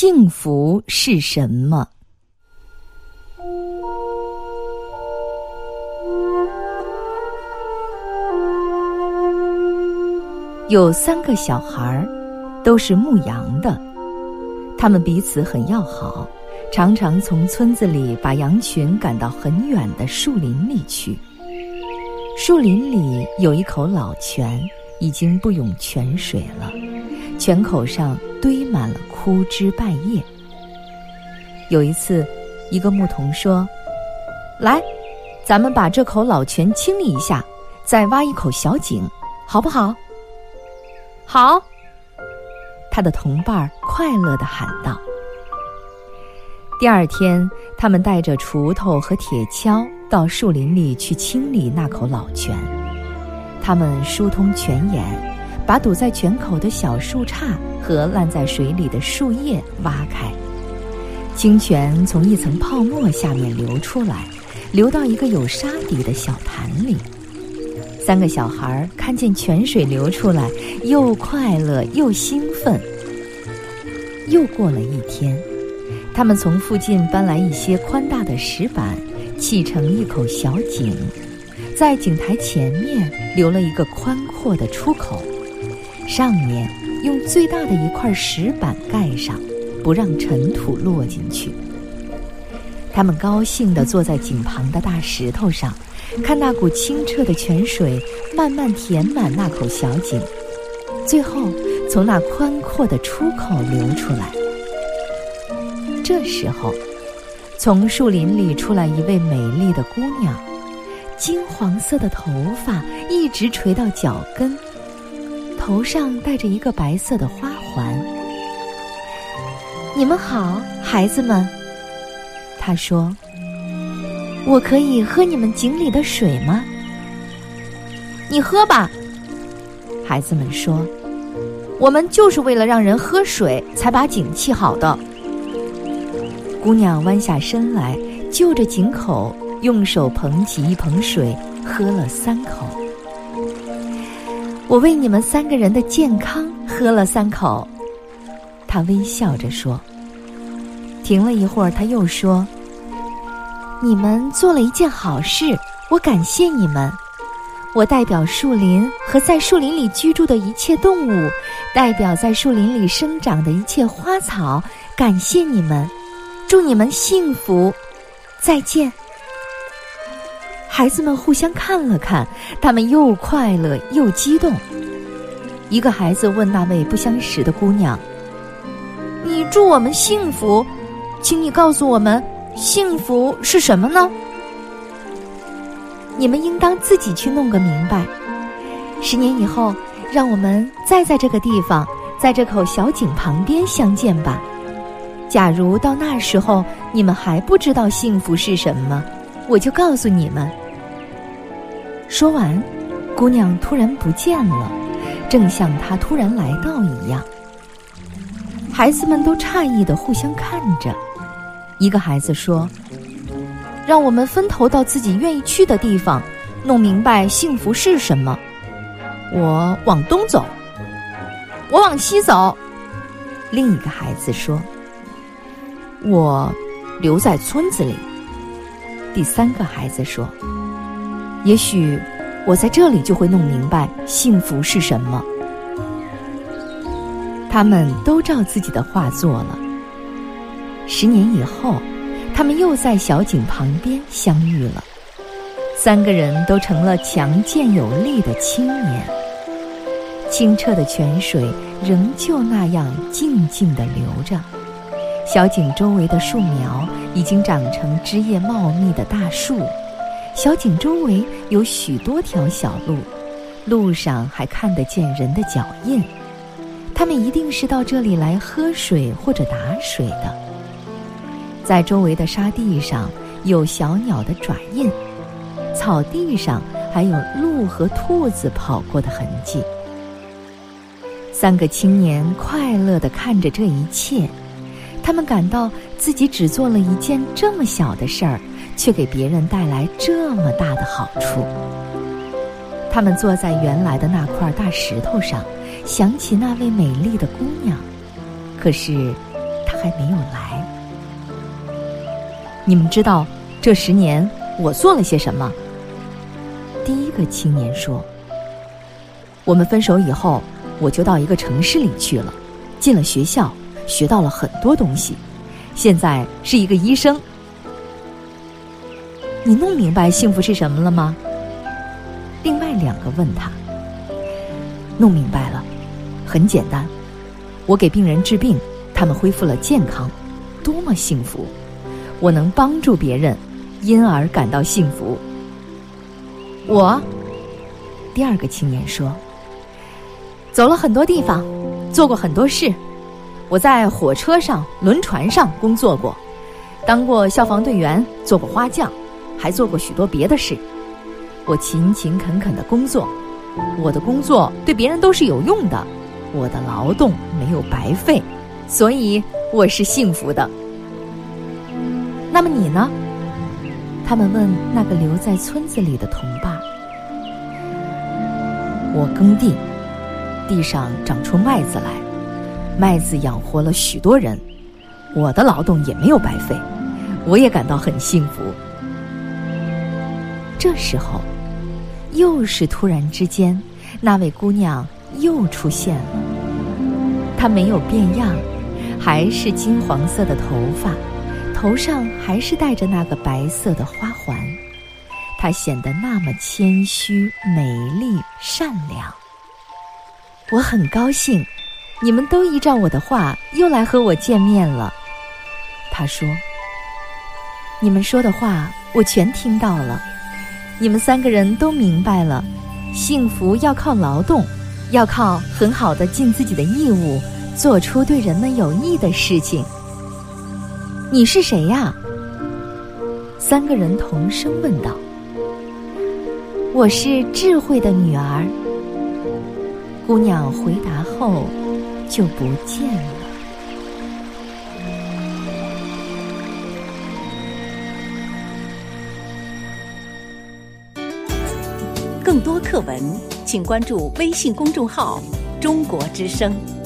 幸福是什么？有3个小孩，都是牧羊的，他们彼此很要好，常常从村子里把羊群赶到很远的树林里去。树林里有一口老泉，已经不涌泉水了，泉口上堆满了枯枝败叶。有一次，一个牧童说：“来，咱们把这口老泉清理一下，再挖一口小井，好不好？”“好！”他的同伴快乐地喊道。第二天，他们带着锄头和铁锹到树林里去清理那口老泉。他们疏通泉眼，把堵在泉口的小树杈和烂在水里的树叶挖开。清泉从一层泡沫下面流出来，流到一个有沙底的小坛里。3个小孩看见泉水流出来，又快乐又兴奋。又过了一天，他们从附近搬来一些宽大的石板，砌成一口小井，在井台前面留了一个宽阔的出口，上面用最大的一块石板盖上，不让尘土落进去。他们高兴地坐在井旁的大石头上，看那股清澈的泉水慢慢填满那口小井，最后从那宽阔的出口流出来。这时候，从树林里出来一位美丽的姑娘，金黄色的头发一直垂到脚跟，头上戴着一个白色的花环。“你们好，孩子们。”她说，“我可以喝你们井里的水吗？”“你喝吧。”孩子们说，“我们就是为了让人喝水才把井砌好的。”姑娘弯下身来，就着井口，用手捧起一捧水，喝了3口。“我为你们3个人的健康喝了3口。”她微笑着说。停了一会儿，她又说：“你们做了一件好事，我感谢你们。我代表树林和在树林里居住的一切动物，代表在树林里生长的一切花草，感谢你们，祝你们幸福，再见。”孩子们互相看了看，他们又快乐又激动。一个孩子问那位不相识的姑娘：“你祝我们幸福，请你告诉我们，幸福是什么呢？”“你们应当自己去弄个明白。10年以后，让我们再在这个地方，在这口小井旁边相见吧。假如到那时候你们还不知道幸福是什么，我就告诉你们。”说完，姑娘突然不见了，正像她突然来到一样。孩子们都诧异地互相看着。一个孩子说：“让我们分头到自己愿意去的地方，弄明白幸福是什么。我往东走。”“我往西走。”另一个孩子说。“我留在村子里。”第3个孩子说：“也许我在这里就会弄明白幸福是什么。”他们都照自己的话做了。10年以后，他们又在小井旁边相遇了。3个人都成了强健有力的青年。清澈的泉水仍旧那样静静地流着，小井周围的树苗已经长成枝叶茂密的大树，小井周围有许多条小路，路上还看得见人的脚印。他们一定是到这里来喝水或者打水的。在周围的沙地上有小鸟的爪印，草地上还有鹿和兔子跑过的痕迹。3个青年快乐地看着这一切，他们感到自己只做了一件这么小的事儿，却给别人带来这么大的好处。他们坐在原来的那块大石头上，想起那位美丽的姑娘，可是她还没有来。你们知道这10年我做了些什么？第一个青年说，我们分手以后，我就到一个城市里去了，进了学校，学到了很多东西，现在是一个医生。你弄明白幸福是什么了吗？另外2个问他。弄明白了，很简单，我给病人治病，他们恢复了健康，多么幸福！我能帮助别人，因而感到幸福。第2个青年说，走了很多地方，做过很多事。我在火车上、轮船上工作过，当过消防队员，做过花匠，还做过许多别的事。我勤勤恳恳地工作，我的工作对别人都是有用的，我的劳动没有白费，所以我是幸福的。那么你呢？他们问那个留在村子里的同伴。我耕地，地上长出麦子来，麦子养活了许多人，我的劳动也没有白费，我也感到很幸福。这时候，又是突然之间，那位姑娘又出现了。她没有变样，还是金黄色的头发，头上还是戴着那个白色的花环。她显得那么谦虚、美丽、善良。我很高兴，你们都依照我的话又来和我见面了。她说，你们说的话我全听到了，你们3个人都明白了，幸福要靠劳动，要靠很好的尽自己的义务，做出对人们有益的事情。你是谁呀？3个人同声问道。我是智慧的女儿。姑娘回答后就不见了。 更多课文请关注微信公众号中国之声。